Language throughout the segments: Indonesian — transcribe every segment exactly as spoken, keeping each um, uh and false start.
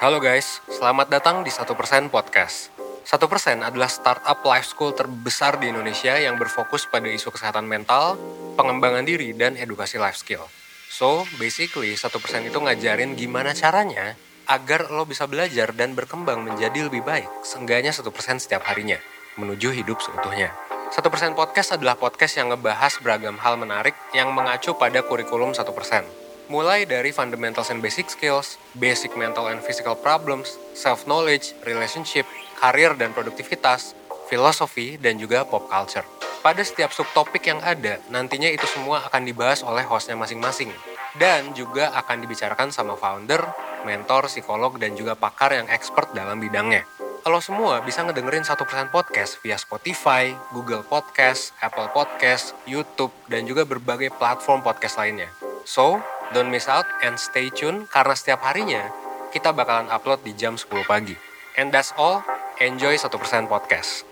Halo guys, selamat datang di satu persen Podcast. satu persen adalah startup life school terbesar di Indonesia yang berfokus pada isu kesehatan mental, pengembangan diri, dan edukasi life skill. So, basically satu persen itu ngajarin gimana caranya agar lo bisa belajar dan berkembang menjadi lebih baik, seenggaknya satu persen setiap harinya, menuju hidup seutuhnya. satu persen Podcast adalah podcast yang ngebahas beragam hal menarik yang mengacu pada kurikulum satu persen. Mulai dari fundamentals and basic skills, basic mental and physical problems, self-knowledge, relationship, karir dan produktivitas, filosofi, dan juga pop culture. Pada setiap subtopik yang ada, nantinya itu semua akan dibahas oleh hostnya masing-masing. Dan juga akan dibicarakan sama founder, mentor, psikolog, dan juga pakar yang expert dalam bidangnya. Kalau semua bisa ngedengerin satu persen Podcast via Spotify, Google Podcast, Apple Podcast, YouTube, dan juga berbagai platform podcast lainnya. So, don't miss out and stay tune karena setiap harinya kita bakalan upload di jam sepuluh pagi. And that's all, enjoy satu persen Podcast.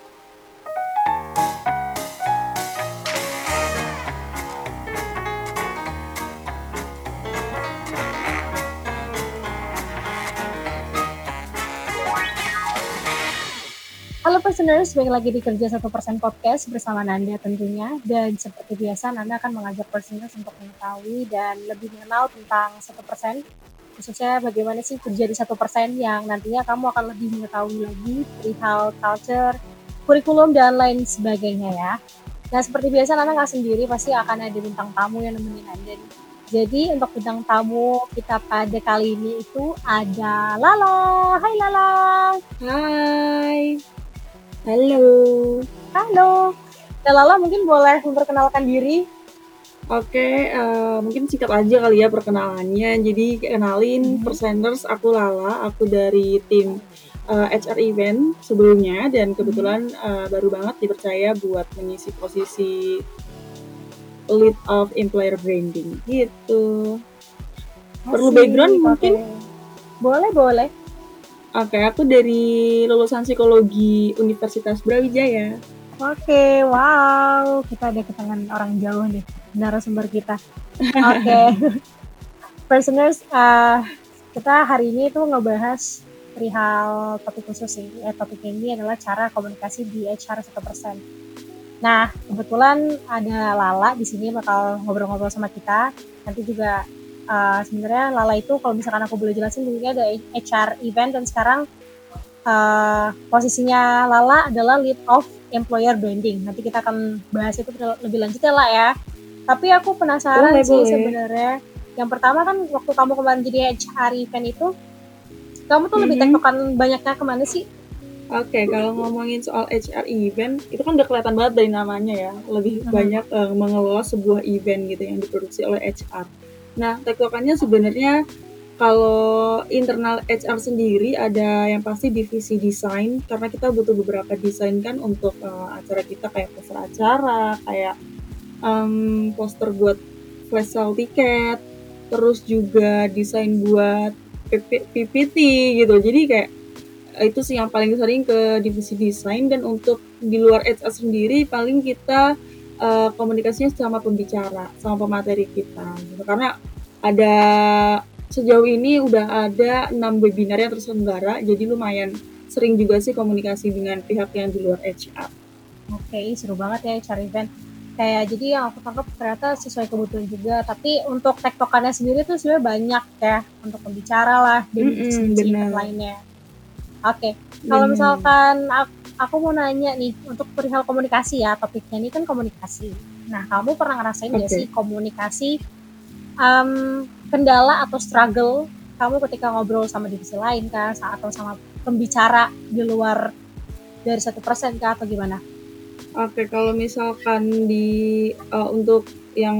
Halo listeners, balik lagi di Kerja satu persen Podcast bersama Nanda tentunya. Dan seperti biasa, Nanda akan mengajak listeners untuk mengetahui dan lebih mengenal tentang satu persen. Khususnya bagaimana sih kerja di satu persen yang nantinya kamu akan lebih mengetahui lagi perihal culture, kurikulum, dan lain sebagainya ya. Nah seperti biasa, Nanda nggak sendiri, pasti akan ada bintang tamu yang nemenin Nanda nih. Jadi untuk bintang tamu kita pada kali ini itu ada Lala. Hai Lala. Hai. Halo. Halo. Dan Lala mungkin boleh memperkenalkan diri. Oke, uh, mungkin singkat aja kali ya perkenalannya. Jadi kenalin hmm. Perseners, aku Lala, aku dari tim uh, H R event sebelumnya dan kebetulan uh, baru banget dipercaya buat mengisi posisi lead of employer branding gitu. Perlu Asik, background okay. mungkin? Boleh, boleh. Oke, okay, aku dari lulusan psikologi Universitas Brawijaya. Oke, okay, wow. Kita ada ketangan orang jauh nih, narasumber kita. Oke. Okay. Listeners, uh, kita hari ini tuh ngebahas perihal topik khusus sih. Eh, topik ini adalah cara komunikasi di H R satu persen. Nah, kebetulan ada Lala di sini bakal ngobrol-ngobrol sama kita. Nanti juga Uh, sebenarnya Lala itu kalau misalkan aku boleh jelasin dulunya ada H R event dan sekarang uh, posisinya Lala adalah lead of employer branding. Nanti kita akan bahas itu lebih lanjut ya lah ya. Tapi aku penasaran boleh, sih boleh. sebenarnya. Yang pertama kan waktu kamu kemarin jadi H R event itu, kamu tuh mm-hmm. lebih tektokan banyaknya kemana sih? Oke, okay, kalau ngomongin soal H R event, itu kan udah kelihatan banget dari namanya ya. Lebih mm-hmm. banyak uh, mengelola sebuah event gitu yang diproduksi oleh H R. Nah, tektokannya sebenarnya kalau internal H R sendiri ada yang pasti divisi desain, karena kita butuh beberapa desain kan untuk uh, acara kita kayak poster acara, kayak um, poster buat flash sale tiket, terus juga desain buat P P T gitu. Jadi kayak itu sih yang paling sering ke divisi desain, dan untuk di luar H R sendiri paling kita Uh, komunikasinya sama pembicara, sama pemateri kita gitu. Karena ada sejauh ini udah ada enam webinar yang terselenggara, jadi lumayan sering juga sih komunikasi dengan pihak yang di luar H R. Oke, seru banget ya H R event. Kayak jadi yang aku tangkap ternyata sesuai kebutuhan juga, tapi untuk tektokannya sendiri tuh sebenarnya banyak ya, untuk pembicara lah dan divisi lainnya. Oke, kalau misalkan aku Aku mau nanya nih, untuk perihal komunikasi ya, topiknya ini kan komunikasi. Nah, kamu pernah ngerasain nggak okay. sih komunikasi, um, kendala atau struggle kamu ketika ngobrol sama divisi lain kah, atau sama pembicara di luar dari satu persen kah, atau gimana? Oke, okay, kalau misalkan di uh, untuk yang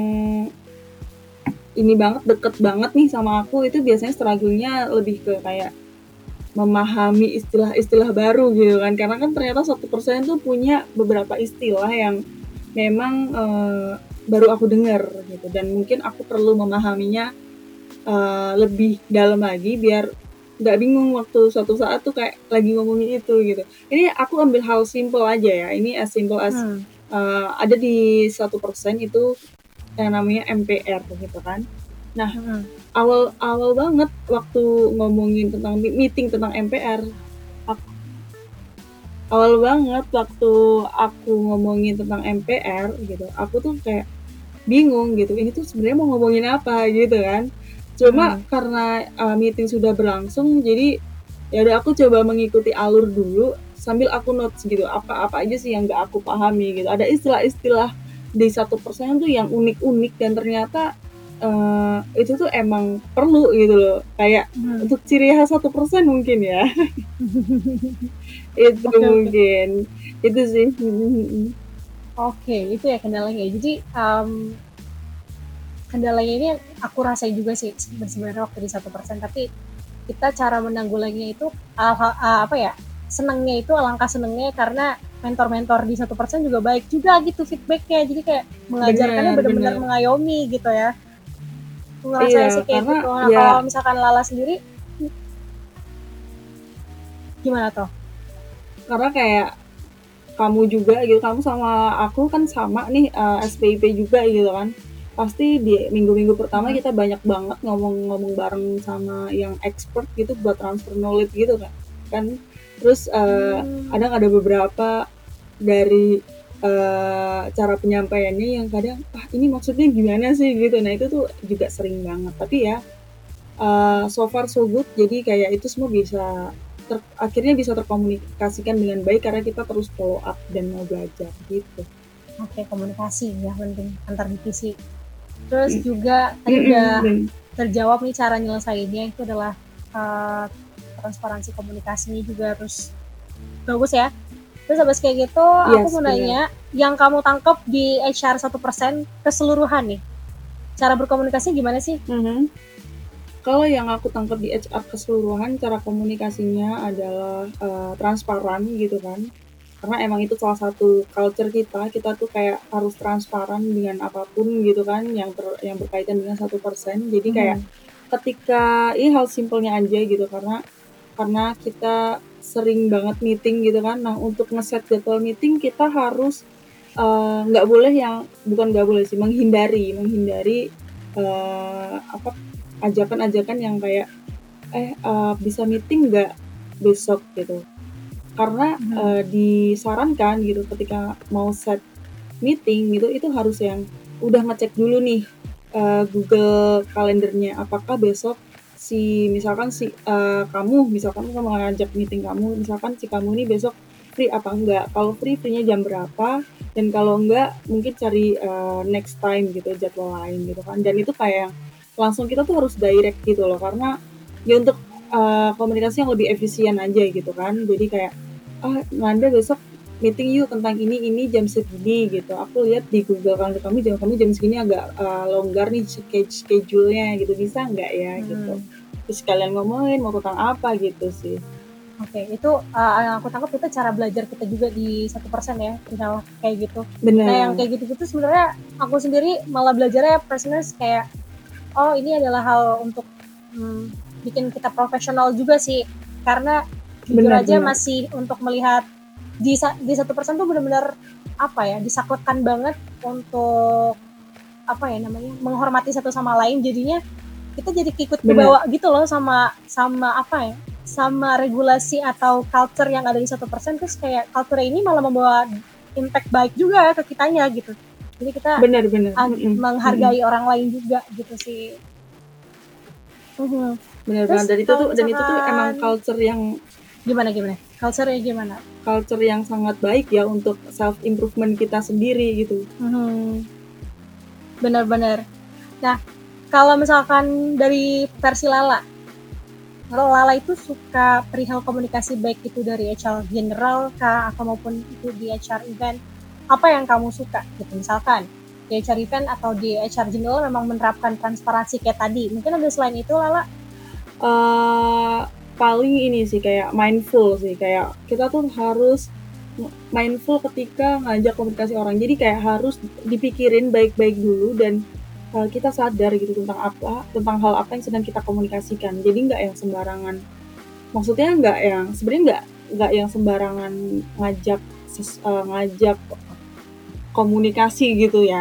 ini banget, deket banget nih sama aku, itu biasanya struggle-nya lebih ke kayak memahami istilah-istilah baru gitu kan, karena kan ternyata satu persen tuh punya beberapa istilah yang memang uh, baru aku dengar gitu, dan mungkin aku perlu memahaminya uh, lebih dalam lagi biar nggak bingung waktu suatu saat tuh kayak lagi ngomongin itu gitu. Ini aku ambil hal simple aja ya, ini as simple as hmm. uh, ada di satu persen itu yang namanya M P R gitu kan. Mm-mm. awal awal banget waktu ngomongin tentang mi- meeting tentang M P R, aku- awal banget waktu aku ngomongin tentang M P R gitu, aku tuh kayak bingung gitu, ini tuh sebenarnya mau ngomongin apa gitu kan. Cuma Hmm. karena uh, meeting sudah berlangsung, jadi ya udah aku coba mengikuti alur dulu sambil aku notes gitu, apa-apa aja sih yang nggak aku pahami gitu. Ada istilah-istilah di satu persen tuh yang unik-unik dan ternyata uh, itu tuh emang perlu gitu loh, kayak Hmm. untuk ciri khas satu persen mungkin ya. Itu Oke, oke. mungkin itu sih. Oke, itu ya kendalanya. Jadi um, kendalanya ini aku rasain juga sih sebenarnya waktu di satu persen. Tapi kita cara menanggulanginya itu uh, uh, apa ya? Senangnya itu alangkah senangnya karena mentor-mentor di satu persen juga baik juga gitu feedbacknya. Jadi kayak mengajarkannya Benar, benar-benar benar. mengayomi gitu ya. Aku ngerasa Iya, sih kayak karena gitu. Nah ya kalau misalkan Lala sendiri gimana tuh? karena kayak kamu juga gitu, kamu sama aku kan sama nih uh, S P I P juga gitu kan, pasti di minggu-minggu pertama Hmm. kita banyak banget ngomong-ngomong bareng sama yang expert gitu buat transfer knowledge gitu kan kan terus uh, Hmm. kadang ada beberapa dari uh, cara penyampaiannya yang kadang ah ini maksudnya gimana sih gitu, nah itu tuh juga sering banget. Tapi ya uh, so far so good, jadi kayak itu semua bisa ter, akhirnya bisa terkomunikasikan dengan baik karena kita terus follow up dan mau belajar gitu. Oke, komunikasi ya penting antar divisi. Terus juga tadi Mm-mm, udah dan- terjawab nih cara nyelesainnya itu adalah uh, transparansi komunikasinya juga harus bagus ya. Terus habis kayak gitu aku yes, mau benar. nanya yang kamu tangkap di H R satu persen keseluruhan nih. Cara berkomunikasi gimana sih? Mhm. Kalau yang aku tangkap di H R keseluruhan, cara komunikasinya adalah uh, transparan gitu kan. Karena emang itu salah satu culture kita, kita tuh kayak harus transparan dengan apapun gitu kan, yang ter, yang berkaitan dengan satu persen. Jadi kayak Hmm. ketika ini hal simpelnya aja gitu, karena karena kita sering banget meeting gitu kan. Nah untuk ngeset jadwal meeting kita harus uh, nggak boleh yang bukan nggak boleh sih menghindari menghindari uh, apa ajakan-ajakan yang kayak eh uh, bisa meeting nggak besok gitu, karena Hmm. uh, disarankan gitu ketika mau set meeting gitu itu harus yang udah ngecek dulu nih uh, Google kalendernya, apakah besok si misalkan si uh, kamu misalkan kamu ngajak meeting kamu, misalkan si kamu ini besok free apa enggak, kalau free free-nya jam berapa, dan kalau enggak mungkin cari uh, next time gitu jadwal lain gitu kan. Dan itu kayak langsung kita tuh harus direct gitu loh, karena ya untuk uh, komunikasi yang lebih efisien aja gitu kan. Jadi kayak ah Nanda besok meeting yuk tentang ini ini jam segini gitu, aku lihat di Google Calendar kamu jam kamu jam segini agak uh, longgar nih schedule-nya gitu, bisa nggak ya Hmm. gitu, terus kalian ngomongin mau tentang apa gitu sih. Oke, itu uh, yang aku tangkap itu cara belajar kita juga di satu persen ya, misal kayak gitu. Benar. Nah yang kayak gitu-gitu sebenarnya aku sendiri malah belajarnya personers kayak oh ini adalah hal untuk hmm, bikin kita profesional juga sih, karena jujur Benar, aja benar. masih untuk melihat di di satu persen tuh benar-benar apa ya disaklekkan banget untuk apa ya namanya menghormati satu sama lain, jadinya kita jadi ikut kebawa gitu loh sama sama apa ya sama regulasi atau culture yang ada di satu persen, terus kayak culture ini malah membawa impact baik juga ke kitanya gitu, jadi kita benar benar ag- menghargai orang lain juga gitu sih. Mhm. Benar Terus banget, dan itu kalau tuh dan itu tuh emang misalkan culture yang gimana gimana culture-nya gimana? culture yang sangat baik ya untuk self improvement kita sendiri gitu. Mhm. Benar-benar. Nah kalau misalkan dari versi Lala, kalau Lala itu suka perihal komunikasi baik itu dari H R general kah atau maupun itu di H R event, apa yang kamu suka gitu, misalkan di H R event atau di H R general memang menerapkan transparansi kayak tadi, mungkin ada selain itu Lala? Uh, paling ini sih kayak mindful sih, kayak kita tuh harus mindful ketika ngajak komunikasi orang, jadi kayak harus dipikirin baik-baik dulu dan uh, kita sadar gitu tentang apa tentang hal apa yang sedang kita komunikasikan, jadi nggak yang sembarangan, maksudnya nggak yang sebenarnya nggak nggak yang sembarangan ngajak ses, uh, ngajak komunikasi gitu ya,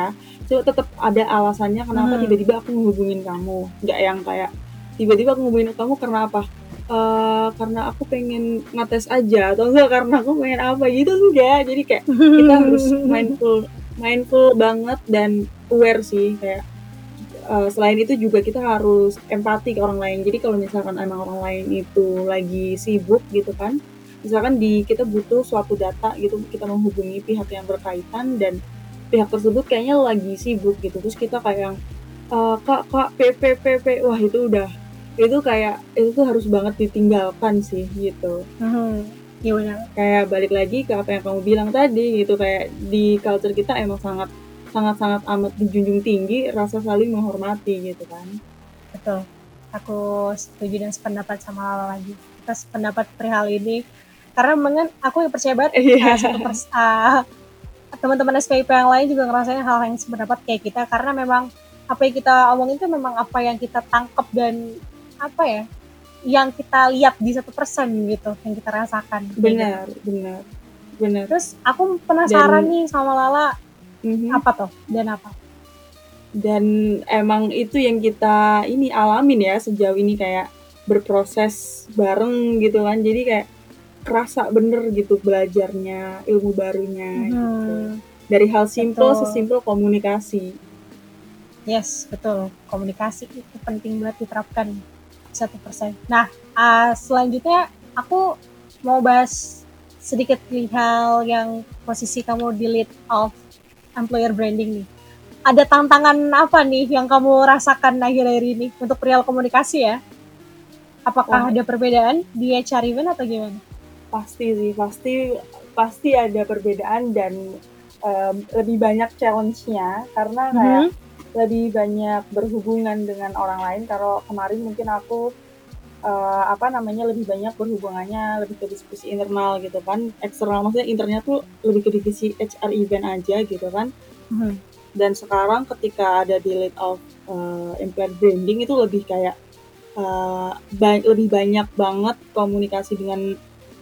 Cuma tetap ada alasannya kenapa Hmm. tiba-tiba aku ngehubungin kamu. Nggak yang kayak tiba-tiba aku ngehubungin kamu karena apa? Eh, karena aku pengen ngetes aja atau enggak karena aku pengen apa gitu enggak. Jadi kayak kita harus mindful mindful banget dan aware sih kayak uh, selain itu juga kita harus empati ke orang lain. Jadi kalau misalkan emang orang lain itu lagi sibuk gitu kan, misalkan di kita butuh suatu data gitu, kita menghubungi pihak yang berkaitan dan pihak tersebut kayaknya lagi sibuk gitu, terus kita kayak yang uh, kak kak p p p p wah itu udah itu kayak itu tuh harus banget ditinggalkan sih gitu. Hmm, iya benar. Kayak balik lagi ke apa yang kamu bilang tadi gitu, kayak di culture kita emang sangat sangat sangat amat dijunjung tinggi rasa saling menghormati gitu kan. Betul. Aku setuju dan sependapat sama Lala lagi. Kita sependapat perihal ini. Karena memang aku yang percaya banget Iya. uh, satu pers- uh, teman-teman S P I P yang lain juga ngerasain hal yang sependapat kayak kita. Karena memang apa yang kita omongin itu memang apa yang kita tangkap dan apa ya, yang kita lihat di satu persen gitu, yang kita rasakan. kayak Benar, gitu. benar, benar. Terus aku penasaran Dan- nih sama Lala, Mhm. apa tuh dan apa? Dan emang itu yang kita ini alamin ya sejauh ini, kayak berproses bareng gitu kan, jadi kayak kerasa bener gitu belajarnya ilmu barunya gitu. Hmm, Dari hal simple Betul. sesimpel komunikasi. yes, betul. Komunikasi itu penting banget diterapkan satu persen. Nah, uh, selanjutnya aku mau bahas sedikit nih hal yang posisi kamu di lead of employer branding nih. Ada tantangan apa nih yang kamu rasakan akhir-akhir ini untuk perihal komunikasi ya? Apakah Wah. ada perbedaan di H R event atau gimana? Pasti sih, pasti pasti ada perbedaan dan um, lebih banyak challenge-nya karena kayak Mhm. lebih banyak berhubungan dengan orang lain. Kalau kemarin mungkin aku uh, apa namanya lebih banyak berhubungannya lebih ke diskusi internal gitu kan, eksternal maksudnya internya tuh lebih ke divisi H R event aja gitu kan. Mhm. Dan sekarang ketika ada di lead of uh, employer branding itu lebih kayak uh, ba- lebih banyak banget komunikasi dengan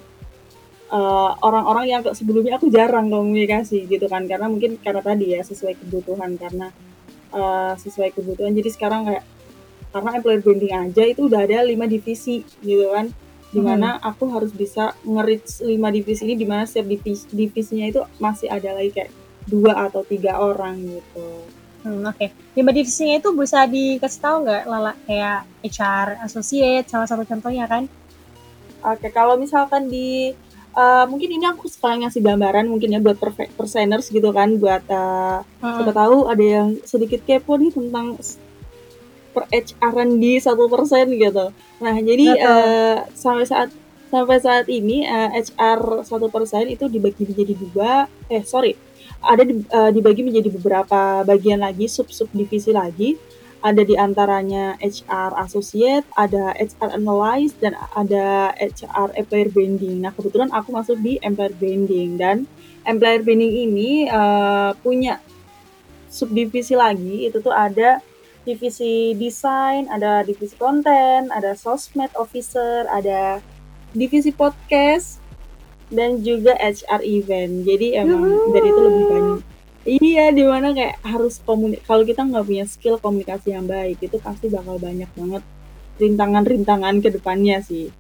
uh, orang-orang yang sebelumnya aku jarang komunikasi gitu kan, karena mungkin karena tadi ya sesuai kebutuhan, karena uh, sesuai kebutuhan. Jadi sekarang kayak karena employer branding aja itu udah ada lima divisi gitu kan, dimana aku harus bisa nge-reach lima divisi ini, dimana setiap divisi, divisinya itu masih ada lagi kayak dua atau tiga orang gitu. Hmm, Oke, okay. Lima divisinya itu bisa dikasih tahu nggak, Lala? Kayak H R associate, salah satu contohnya kan? Oke, kalau misalkan di uh, mungkin ini aku sekalian ngasih gambaran mungkin ya buat perfe- perseners gitu kan, buat uh, Hmm. siapa tahu ada yang sedikit kepo nih tentang per H R-an di satu persen gitu. Nah, jadi uh, sampai saat sampai saat ini uh, H R satu persen itu dibagi menjadi dua, eh sorry, ada di, uh, dibagi menjadi beberapa bagian lagi, sub-sub divisi lagi. Ada di antaranya H R associate, ada H R analyst, dan ada H R employer branding. Nah, kebetulan aku masuk di employer branding, dan employer branding ini uh, punya subdivisi lagi, itu tuh ada divisi desain, ada divisi konten, ada sosmed officer, ada divisi podcast, dan juga H R event. Jadi emang Yuhu. dari itu lebih banyak. Iya, dimana kayak harus komunikasi. Kalau kita nggak punya skill komunikasi yang baik, itu pasti bakal banyak banget rintangan-rintangan ke depannya sih.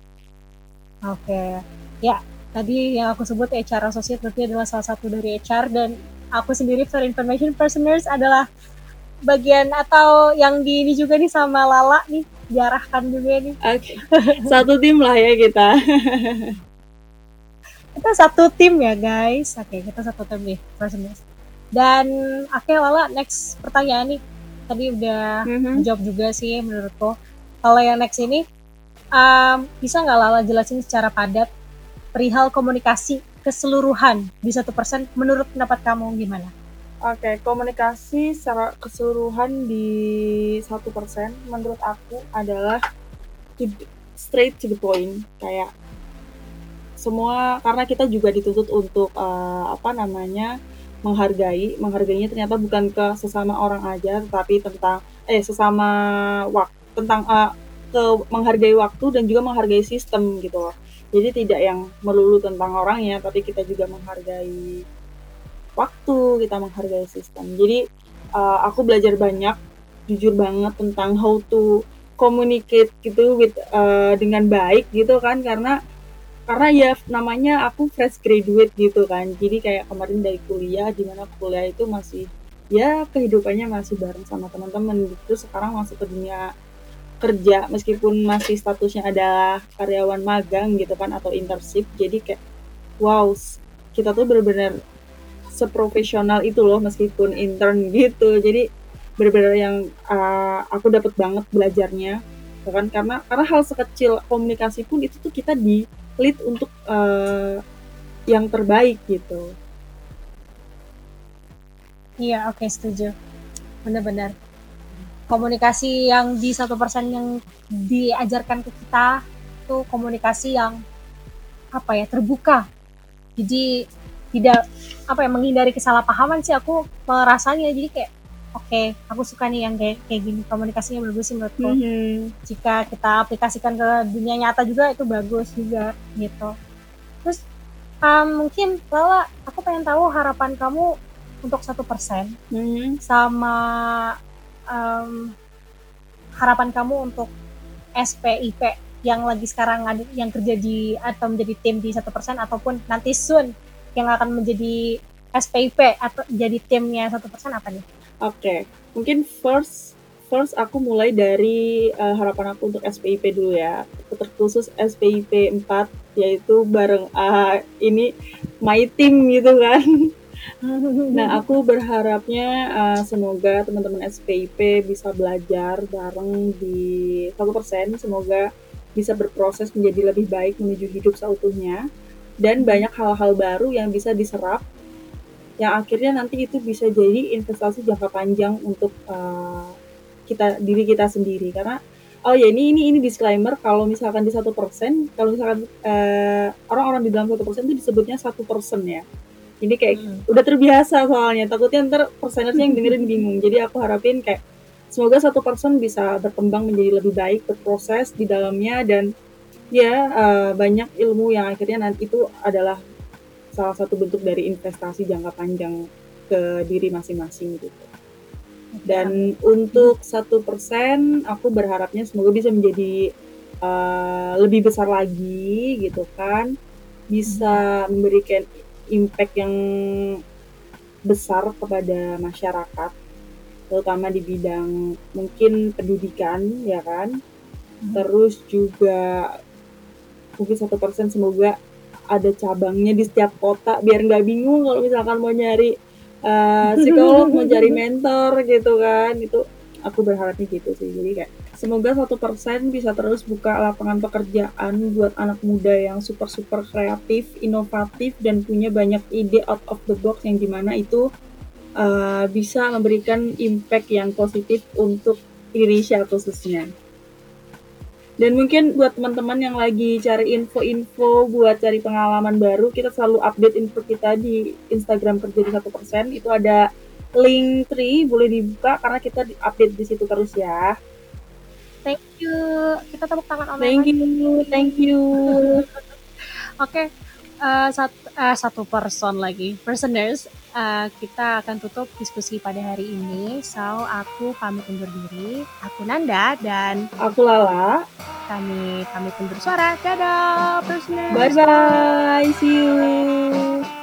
Oke, ya tadi yang aku sebut H R associate berarti adalah salah satu dari H R, dan aku sendiri for information personers adalah bagian atau yang di ini juga nih sama Lala nih, diarahkan juga nih. Oke, satu tim lah ya kita. Kita satu tim ya guys. Oke, kita satu tim nih personers. Dan oke Lala, next pertanyaan nih. Tadi udah Mhm. menjawab juga sih menurutku. Kalau yang next ini, um, bisa nggak Lala jelasin secara padat perihal komunikasi keseluruhan di satu persen menurut pendapat kamu gimana? Oke, komunikasi secara keseluruhan di satu persen menurut aku adalah to, straight to the point, kayak semua, karena kita juga dituntut untuk uh, apa namanya menghargai, menghargainya ternyata bukan ke sesama orang aja, tetapi tentang eh sesama waktu, tentang uh, ke menghargai waktu dan juga menghargai sistem gitu loh. Jadi tidak yang melulu tentang orangnya, tapi kita juga menghargai waktu, kita menghargai sistem. Jadi uh, aku belajar banyak, jujur banget tentang how to communicate gitu with uh, dengan baik gitu kan, karena karena ya namanya aku fresh graduate gitu kan, jadi kayak kemarin dari kuliah, dimana kuliah itu masih ya kehidupannya masih bareng sama teman-teman gitu, sekarang masuk ke dunia kerja meskipun masih statusnya adalah karyawan magang gitu kan atau internship, jadi kayak wow, kita tuh benar-benar seprofesional itu loh meskipun intern gitu, jadi benar-benar yang uh, aku dapat banget belajarnya kan, karena karena hal sekecil komunikasi pun itu tuh kita di lead untuk uh, yang terbaik gitu. Iya, oke, setuju. Benar-benar. Komunikasi yang di satu persen yang diajarkan ke kita itu komunikasi yang apa ya, terbuka. Jadi tidak apa ya, menghindari kesalahpahaman sih aku merasanya. Jadi kayak oke, okay, aku suka nih yang kayak kayak gini, komunikasinya bagus sih menurutku. Mm-hmm. Jika kita aplikasikan ke dunia nyata juga itu bagus juga gitu. Terus um, mungkin Lala, aku pengen tahu harapan kamu untuk satu persen Mm-hmm. sama um, harapan kamu untuk S P I P yang lagi sekarang ada, yang kerja di atau menjadi tim di satu persen ataupun nanti soon yang akan menjadi S P I P atau jadi timnya satu persen apa nih? Oke, okay. Mungkin first first aku mulai dari uh, harapan aku untuk S P I P dulu ya. Terkhusus S P I P empat, yaitu bareng uh, ini my team gitu kan. Nah, aku berharapnya uh, semoga teman-teman S P I P bisa belajar bareng di satu persen, semoga bisa berproses menjadi lebih baik menuju hidup seutuhnya, dan banyak hal-hal baru yang bisa diserap, yang akhirnya nanti itu bisa jadi investasi jangka panjang untuk uh, kita diri kita sendiri. Karena oh ya ini ini ini disclaimer, kalau misalkan di satu persen, kalau misalkan uh, orang-orang di dalam satu persen itu disebutnya satu persen ya. Ini kayak hmm. udah terbiasa soalnya, takutnya ntar persenersnya yang dengerin bingung. Jadi aku harapin kayak semoga satu persen bisa berkembang menjadi lebih baik, berproses di dalamnya, dan ya uh, banyak ilmu yang akhirnya nanti itu adalah salah satu bentuk dari investasi jangka panjang ke diri masing-masing gitu. Dan hmm. untuk satu persen aku berharapnya semoga bisa menjadi uh, lebih besar lagi gitu kan, bisa hmm. memberikan impact yang besar kepada masyarakat, terutama di bidang mungkin pendidikan ya kan. Hmm. Terus juga mungkin satu persen semoga ada cabangnya di setiap kota biar nggak bingung kalau misalkan mau nyari uh, psikolog, mau cari mentor gitu kan. Itu aku berharapnya gitu sih. Jadi kayak semoga satu persen bisa terus buka lapangan pekerjaan buat anak muda yang super-super kreatif, inovatif, dan punya banyak ide out of the box yang dimana itu uh, bisa memberikan impact yang positif untuk Indonesia khususnya. Dan mungkin buat teman-teman yang lagi cari info-info buat cari pengalaman baru, kita selalu update info kita di Instagram Kerja di satu persen. Itu ada link tree, boleh dibuka karena kita update di situ terus ya. Thank you. Kita tepuk tangan online. Thank you, thank you. Oke, okay. uh, sat, uh, satu person lagi, personers. Uh, kita akan tutup diskusi pada hari ini. So, aku pamit undur diri. Aku Nanda dan aku Lala. Kami pamit undur suara. Dadah, personers. Bye bye. See you.